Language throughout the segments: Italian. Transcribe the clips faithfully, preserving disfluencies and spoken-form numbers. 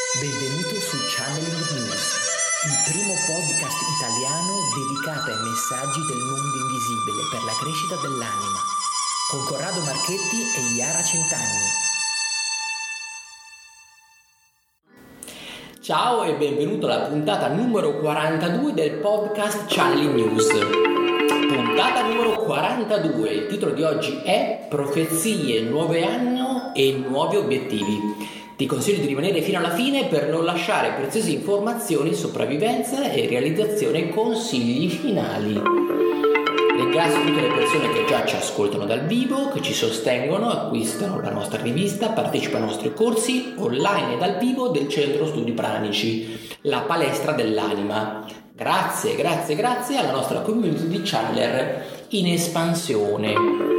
Benvenuto su Channeling News, il primo podcast italiano dedicato ai messaggi del mondo invisibile per la crescita dell'anima, con Corrado Marchetti e Iara Centanni. Ciao e benvenuto alla puntata numero quarantadue del podcast Channeling News. Puntata numero quarantadue, il titolo di oggi è Profezie, nuovo anno e nuovi obiettivi. Ti consiglio di rimanere fino alla fine per non lasciare preziose informazioni, sopravvivenza e realizzazione e consigli finali. Ringrazio tutte le persone che già ci ascoltano dal vivo, che ci sostengono, acquistano la nostra rivista, partecipano ai nostri corsi online e dal vivo del Centro Studi Pranici, la palestra dell'anima. Grazie, grazie, grazie alla nostra community di channeler in espansione.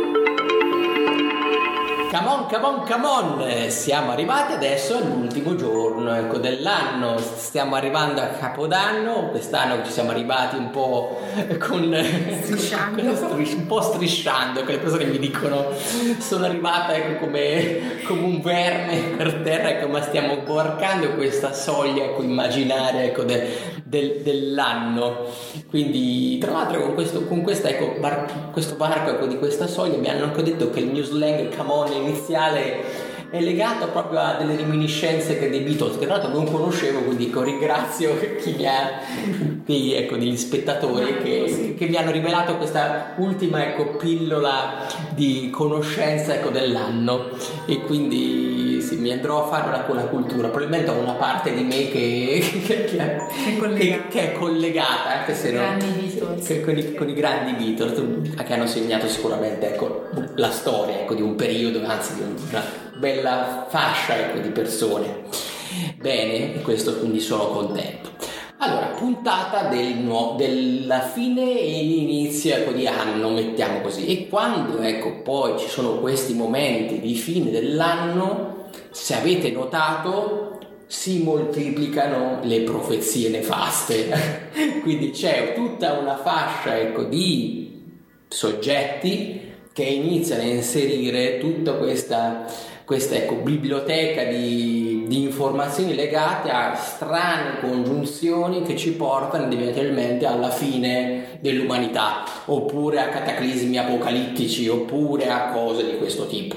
Come on, come on, come on! Siamo arrivati adesso all'ultimo giorno, ecco, dell'anno. Stiamo arrivando a Capodanno. Quest'anno ci siamo arrivati un po' con strisciando, con, stris- un po' strisciando, che le persone mi dicono sono arrivata, ecco, come, come un verme per terra, ecco, ma stiamo varcando questa soglia, ecco, immaginaria, ecco, de, del, dell'anno. Quindi, tra l'altro, con questo, con questa, ecco, bar, questo varco, ecco, di questa soglia mi hanno anche detto che il mio slang come on iniziale è legato proprio a delle reminiscenze che dei Beatles, che tra l'altro non conoscevo, quindi ecco, ringrazio chi mi ha, qui, ecco, degli spettatori che, che mi hanno rivelato questa ultima, ecco, pillola di conoscenza, ecco, dell'anno, e quindi sì, mi andrò a fare una, una cultura. Probabilmente ho una parte di me che, che, che, è, che, che è collegata, anche se no, che, con, i, con i grandi Beatles, che hanno segnato sicuramente, ecco, la storia, ecco, di un periodo, anzi di una bella fascia, ecco, di persone. Bene, e questo quindi sono contento. Allora, puntata del nuovo, della fine e inizio, ecco, di anno, mettiamo così. E quando, ecco, poi ci sono questi momenti di fine dell'anno, se avete notato, si moltiplicano le profezie nefaste. Quindi c'è tutta una fascia, ecco, di soggetti che iniziano a inserire tutta questa questa, ecco, biblioteca di, di informazioni legate a strane congiunzioni che ci portano inevitabilmente alla fine dell'umanità, oppure a cataclismi apocalittici, oppure a cose di questo tipo.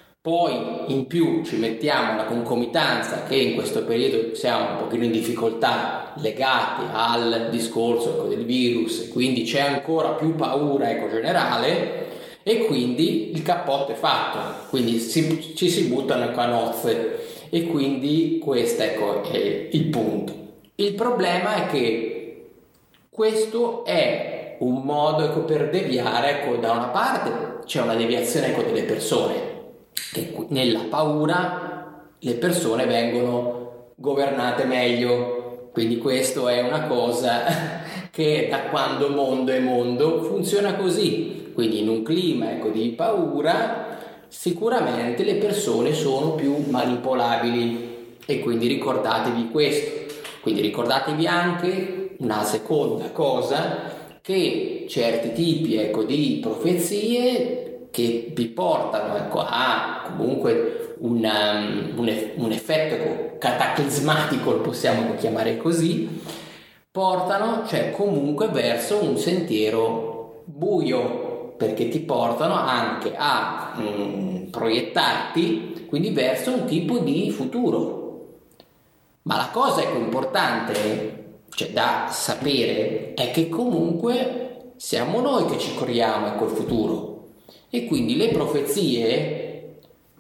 Poi in più ci mettiamo la concomitanza che in questo periodo siamo un pochino in difficoltà legati al discorso, ecco, del virus, e quindi c'è ancora più paura, ecco, generale, e quindi il cappotto è fatto, quindi si, ci si buttano a nozze, e quindi questo, ecco, è il punto. Il problema è che questo è un modo, ecco, per deviare, ecco, da una parte c'è una deviazione, ecco, delle persone, che nella paura le persone vengono governate meglio, quindi questo è una cosa che da quando mondo è mondo funziona così. Quindi in un clima, ecco, di paura sicuramente le persone sono più manipolabili, e quindi ricordatevi questo. Quindi ricordatevi anche una seconda cosa, che certi tipi, ecco, di profezie che vi portano, ecco, a comunque una, un, un effetto, ecco, cataclismatico, lo possiamo chiamare così, portano, cioè, comunque verso un sentiero buio, perché ti portano anche a mh, proiettarti quindi verso un tipo di futuro. Ma la cosa, ecco, importante, cioè da sapere, è che comunque siamo noi che ci creiamo, ecco, il futuro, e quindi le profezie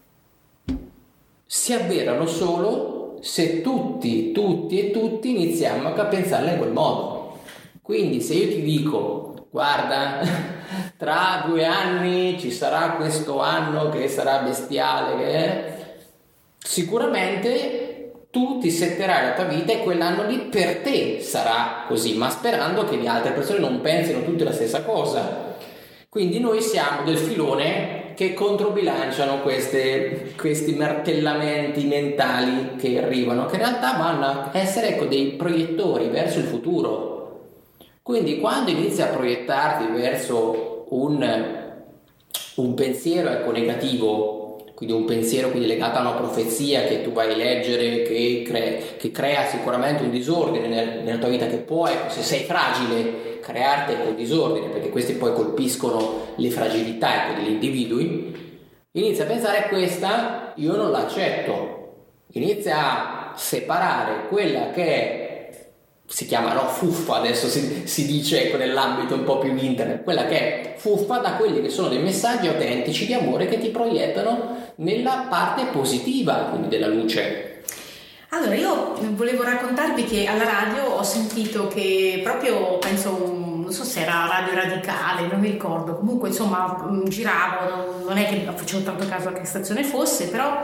si avverano solo se tutti, tutti e tutti iniziamo a pensarle in quel modo. Quindi se io ti dico: guarda, tra due anni ci sarà questo anno che sarà bestiale, che è, sicuramente tu ti setterai la tua vita e quell'anno lì per te sarà così, ma sperando che le altre persone non pensino tutte la stessa cosa. Quindi noi siamo del filone che controbilanciano queste, questi martellamenti mentali che arrivano, che in realtà vanno a essere, ecco, dei proiettori verso il futuro. Quindi quando inizi a proiettarti verso un, un pensiero, ecco, negativo, quindi un pensiero quindi legato a una profezia che tu vai a leggere, che, cre- che crea sicuramente un disordine nel, nella tua vita, che può, ecco, se sei fragile, crearti quel disordine, perché questi poi colpiscono le fragilità, ecco, degli individui, inizia a pensare: questa io non l'accetto, inizia a separare quella che è, si chiama no, fuffa, adesso si, si dice, ecco, nell'ambito un po' più internet, quella che è fuffa, da quelli che sono dei messaggi autentici di amore che ti proiettano nella parte positiva, quindi della luce. Allora, io volevo raccontarvi che alla radio ho sentito che proprio, penso, non so se era Radio Radicale, non mi ricordo, comunque insomma giravo, non è che facevo tanto caso a che stazione fosse, però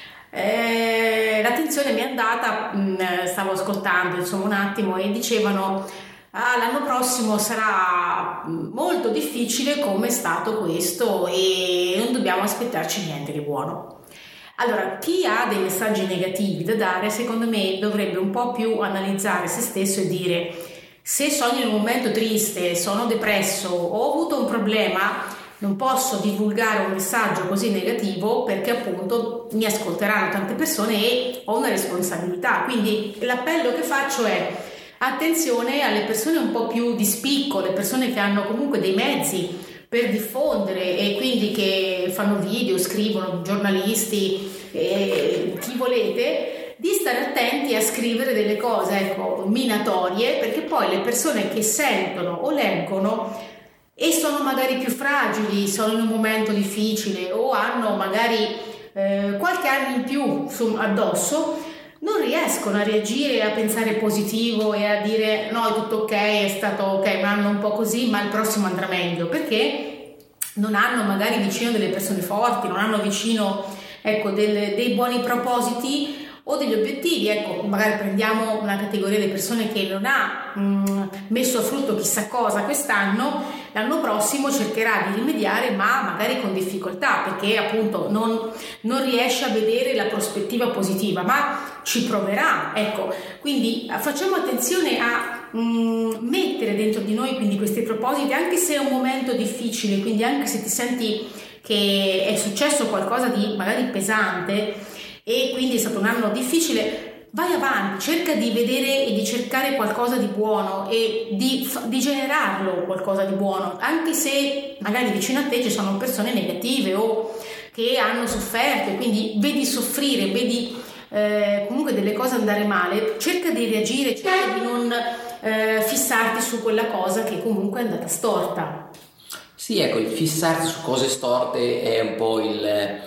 Eh, l'attenzione mi è andata, mh, stavo ascoltando insomma un attimo e dicevano: ah, l'anno prossimo sarà molto difficile come è stato questo e non dobbiamo aspettarci niente di buono. Allora, chi ha dei messaggi negativi da dare, secondo me dovrebbe un po' più analizzare se stesso e dire: se sono in un momento triste, sono depresso, ho avuto un problema, non posso divulgare un messaggio così negativo, perché appunto mi ascolteranno tante persone e ho una responsabilità. Quindi l'appello che faccio è: attenzione alle persone un po' più di spicco, le persone che hanno comunque dei mezzi per diffondere e quindi che fanno video, scrivono, giornalisti, eh, chi volete, di stare attenti a scrivere delle cose, ecco, minatorie, perché poi le persone che sentono o leggono e sono magari più fragili, sono in un momento difficile o hanno magari eh, qualche anno in più su, addosso, non riescono a reagire, a pensare positivo e a dire: no, è tutto ok, è stato ok, un anno un po' così, ma il prossimo andrà meglio, perché non hanno magari vicino delle persone forti, non hanno vicino, ecco, del, dei buoni propositi o degli obiettivi. Ecco, magari prendiamo una categoria di persone che non ha mh, messo a frutto chissà cosa quest'anno, l'anno prossimo cercherà di rimediare, ma magari con difficoltà, perché appunto non, non riesce a vedere la prospettiva positiva, ma ci proverà. Ecco, quindi facciamo attenzione a mh, mettere dentro di noi quindi questi propositi, anche se è un momento difficile, quindi anche se ti senti che è successo qualcosa di magari pesante e quindi è stato un anno difficile, vai avanti, cerca di vedere e di cercare qualcosa di buono e di, di generarlo qualcosa di buono, anche se magari vicino a te ci sono persone negative o che hanno sofferto, quindi vedi soffrire, vedi eh, comunque delle cose andare male, cerca di reagire, cerca di non eh, fissarti su quella cosa che comunque è andata storta. Sì, ecco, il fissarsi su cose storte è un po' il...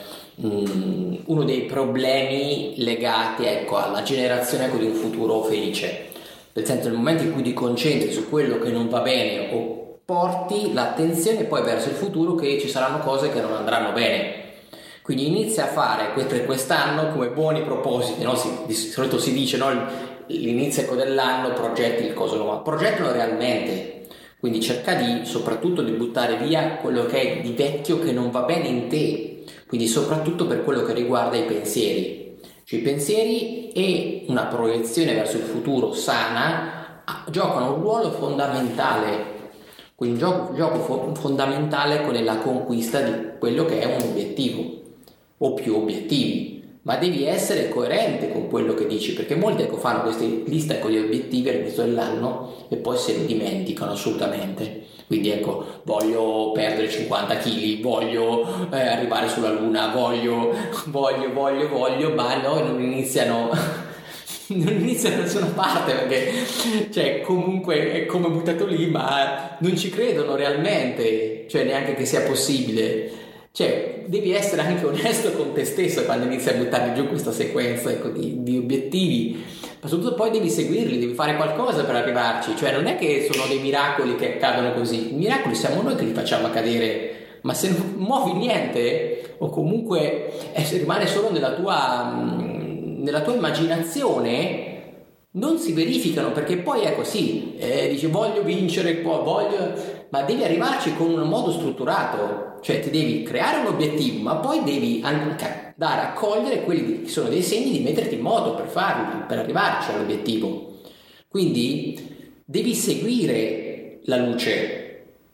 uno dei problemi legati, ecco, alla generazione, ecco, di un futuro felice, nel senso, nel momento in cui ti concentri su quello che non va bene o porti l'attenzione poi verso il futuro che ci saranno cose che non andranno bene, quindi inizia a fare per quest'anno come buoni propositi, no? Si, di solito si dice, no? L'inizio, ecco, dell'anno progetti il coso nuovo, progettalo realmente, quindi cerca di soprattutto di buttare via quello che è di vecchio che non va bene in te. Quindi soprattutto per quello che riguarda i pensieri, cioè i pensieri e una proiezione verso il futuro sana giocano un ruolo fondamentale, quindi un gioco, gioco fo- fondamentale con la conquista di quello che è un obiettivo o più obiettivi, ma devi essere coerente con quello che dici, perché molti, ecco, fanno queste liste, ecco, di obiettivi all'inizio dell'anno e poi se ne dimenticano assolutamente. Quindi, ecco, voglio perdere cinquanta chili, voglio eh, arrivare sulla luna, voglio, voglio, voglio, voglio, ma no, non iniziano, non iniziano da nessuna parte, perché, cioè, comunque è come buttato lì, ma non ci credono realmente, cioè neanche che sia possibile. Cioè, devi essere anche onesto con te stesso quando inizi a buttare giù questa sequenza, ecco, di, di obiettivi, ma soprattutto poi devi seguirli, devi fare qualcosa per arrivarci, cioè non è che sono dei miracoli che accadono così, i miracoli siamo noi che li facciamo accadere, ma se non muovi niente o comunque eh, se rimane solo nella tua, mh, nella tua immaginazione, non si verificano, perché poi è così, eh, dici voglio vincere, voglio, ma devi arrivarci con un modo strutturato, cioè ti devi creare un obiettivo, ma poi devi anche dare a cogliere quelli che sono dei segni di metterti in moto per farli, per arrivarci all'obiettivo. Quindi devi seguire la luce,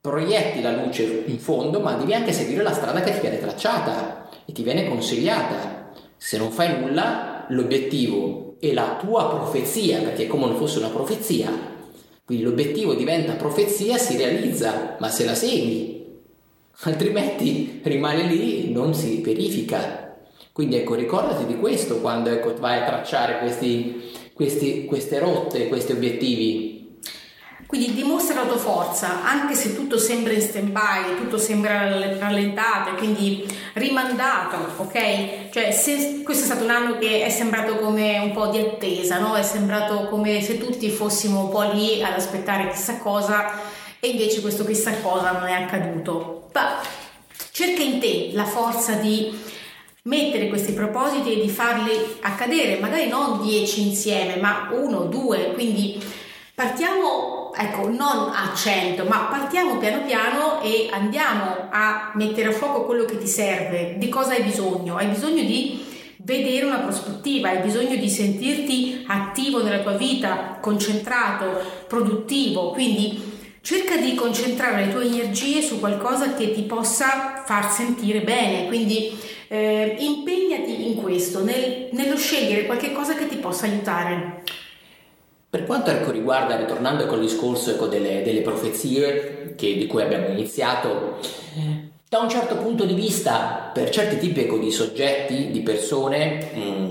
proietti la luce in fondo, ma devi anche seguire la strada che ti viene tracciata e ti viene consigliata. Se non fai nulla, l'obiettivo e la tua profezia, perché è come se fosse una profezia, quindi l'obiettivo diventa profezia, si realizza, ma se la segui, altrimenti rimane lì, non si verifica. Quindi ecco, ricordati di questo quando ecco, vai a tracciare questi, questi, queste rotte, questi obiettivi. Quindi dimostra la tua forza, anche se tutto sembra in stand-by, tutto sembra rallentato e quindi rimandato, ok? Cioè, se questo è stato un anno che è sembrato come un po' di attesa, no? È sembrato come se tutti fossimo un po' lì ad aspettare chissà cosa e invece questo chissà cosa non è accaduto. Ma cerca in te la forza di mettere questi propositi e di farli accadere, magari non dieci insieme, ma uno, due, quindi partiamo, ecco, non a cento, ma partiamo piano piano e andiamo a mettere a fuoco quello che ti serve. Di cosa hai bisogno? Hai bisogno di vedere una prospettiva, hai bisogno di sentirti attivo nella tua vita, concentrato, produttivo, quindi cerca di concentrare le tue energie su qualcosa che ti possa far sentire bene, quindi eh, impegnati in questo, nel, nello scegliere qualche cosa che ti possa aiutare. Per quanto ecco, riguarda, ritornando con il discorso ecco, delle, delle profezie che, di cui abbiamo iniziato, da un certo punto di vista, per certi tipi ecco, di soggetti, di persone,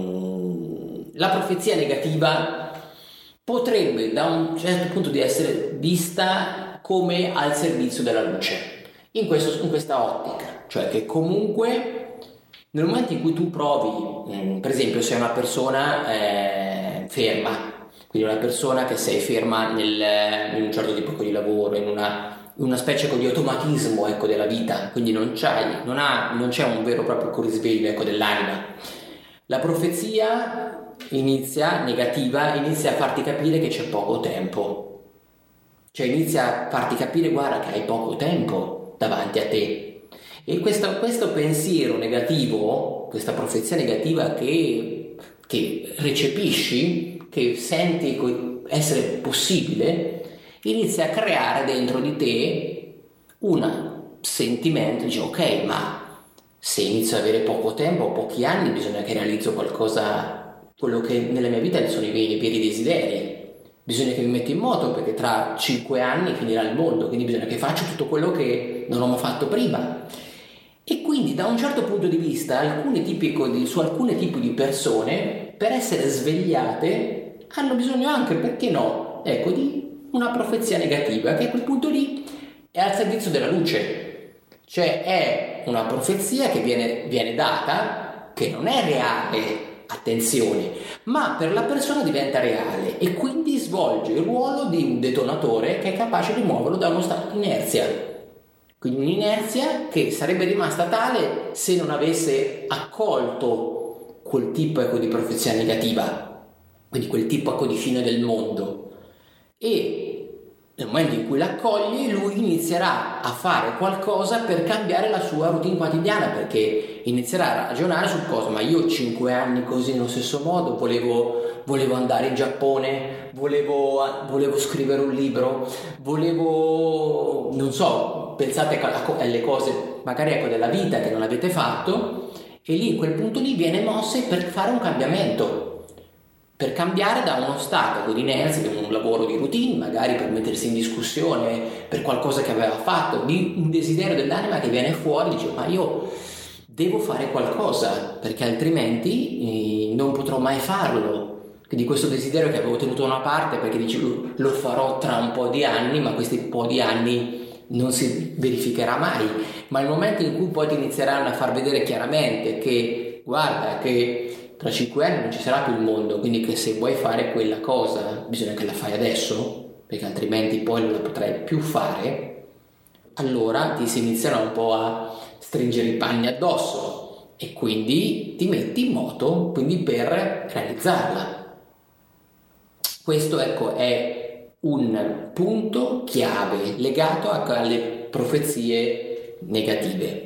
mh, la profezia negativa potrebbe da un certo punto di essere vista come al servizio della luce, in, questo, in questa ottica, cioè che comunque nel momento in cui tu provi, mh, per esempio sei una persona eh, ferma, quindi una persona che sei ferma nel, in un certo tipo di lavoro, in una, in una specie di automatismo ecco, della vita, quindi non, c'hai, non, ha, non c'è un vero e proprio risveglio ecco, dell'anima. La profezia inizia, negativa, inizia a farti capire che c'è poco tempo, cioè inizia a farti capire guarda che hai poco tempo davanti a te. E questo, questo pensiero negativo, questa profezia negativa che, che recepisci, che senti essere possibile, inizia a creare dentro di te un sentimento, dici ok, ma se inizio ad avere poco tempo, pochi anni, bisogna che realizzo qualcosa, quello che nella mia vita sono i veri, i veri desideri, bisogna che mi metti in moto perché tra cinque anni finirà il mondo, quindi bisogna che faccia tutto quello che non ho mai fatto prima. E quindi da un certo punto di vista alcuni tipi di, su alcuni tipi di persone per essere svegliate hanno bisogno anche, perché no, ecco, di una profezia negativa che a quel punto lì è al servizio della luce, cioè è una profezia che viene, viene data, che non è reale, attenzione, ma per la persona diventa reale e quindi svolge il ruolo di un detonatore che è capace di muoverlo da uno stato di inerzia. Quindi un'inerzia che sarebbe rimasta tale se non avesse accolto quel tipo ecco, di profezia negativa, quindi quel tipo ecco, di fine del mondo. E nel momento in cui l'accoglie, lui inizierà a fare qualcosa per cambiare la sua routine quotidiana, perché inizierà a ragionare su cosa, ma io cinque anni così nello stesso modo, volevo, volevo andare in Giappone, volevo, volevo scrivere un libro, volevo, non so, pensate alle cose magari ecco della vita che non avete fatto, e lì in quel punto lì viene mosse per fare un cambiamento, per cambiare da uno stato di inerzia, di un lavoro di routine, magari per mettersi in discussione per qualcosa che aveva fatto, di un desiderio dell'anima che viene fuori, dice ma io devo fare qualcosa perché altrimenti eh, non potrò mai farlo. Quindi questo desiderio che avevo tenuto da una parte perché dice lo farò tra un po' di anni, ma questi po' di anni non si verificherà mai, ma nel momento in cui poi ti inizieranno a far vedere chiaramente che guarda che tra cinque anni non ci sarà più il mondo, quindi che se vuoi fare quella cosa bisogna che la fai adesso, perché altrimenti poi non la potrai più fare, allora ti si iniziano un po' a stringere i panni addosso e quindi ti metti in moto quindi per realizzarla. Questo ecco è un punto chiave legato alle profezie negative.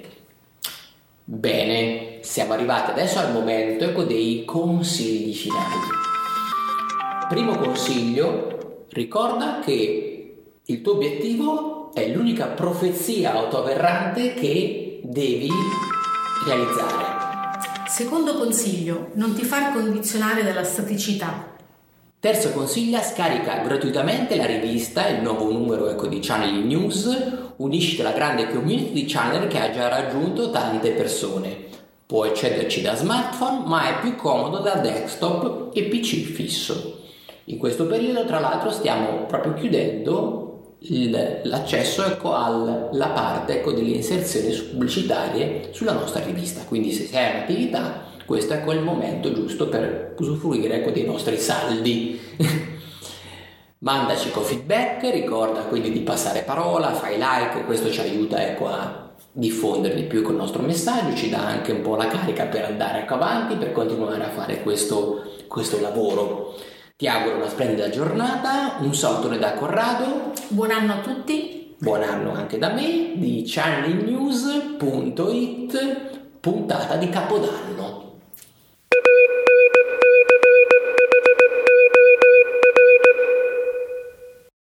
Bene, siamo arrivati adesso al momento ecco, dei consigli finali. Primo consiglio, ricorda che il tuo obiettivo è l'unica profezia autoavverrante che devi realizzare. Secondo consiglio, non ti far condizionare dalla staticità. Terzo consiglio, scarica gratuitamente la rivista, il nuovo numero ecco, di Channel News, unisciti alla grande community di Channel che ha già raggiunto tante persone. Puoi accederci da smartphone, ma è più comodo da desktop e P C fisso. In questo periodo, tra l'altro, stiamo proprio chiudendo il, l'accesso ecco, alla parte ecco, delle inserzioni pubblicitarie sulla nostra rivista. Quindi se sei in attività, questo è quel momento giusto per usufruire ecco, dei nostri saldi. Mandaci con feedback, ricorda quindi di passare parola, fai like, questo ci aiuta ecco, a diffondere di più con il nostro messaggio, ci dà anche un po' la carica per andare ecco, avanti, per continuare a fare questo, questo lavoro. Ti auguro una splendida giornata, un salutone da Corrado. Buon anno a tutti. Buon anno anche da me, di channel news punto it, puntata di Capodanno.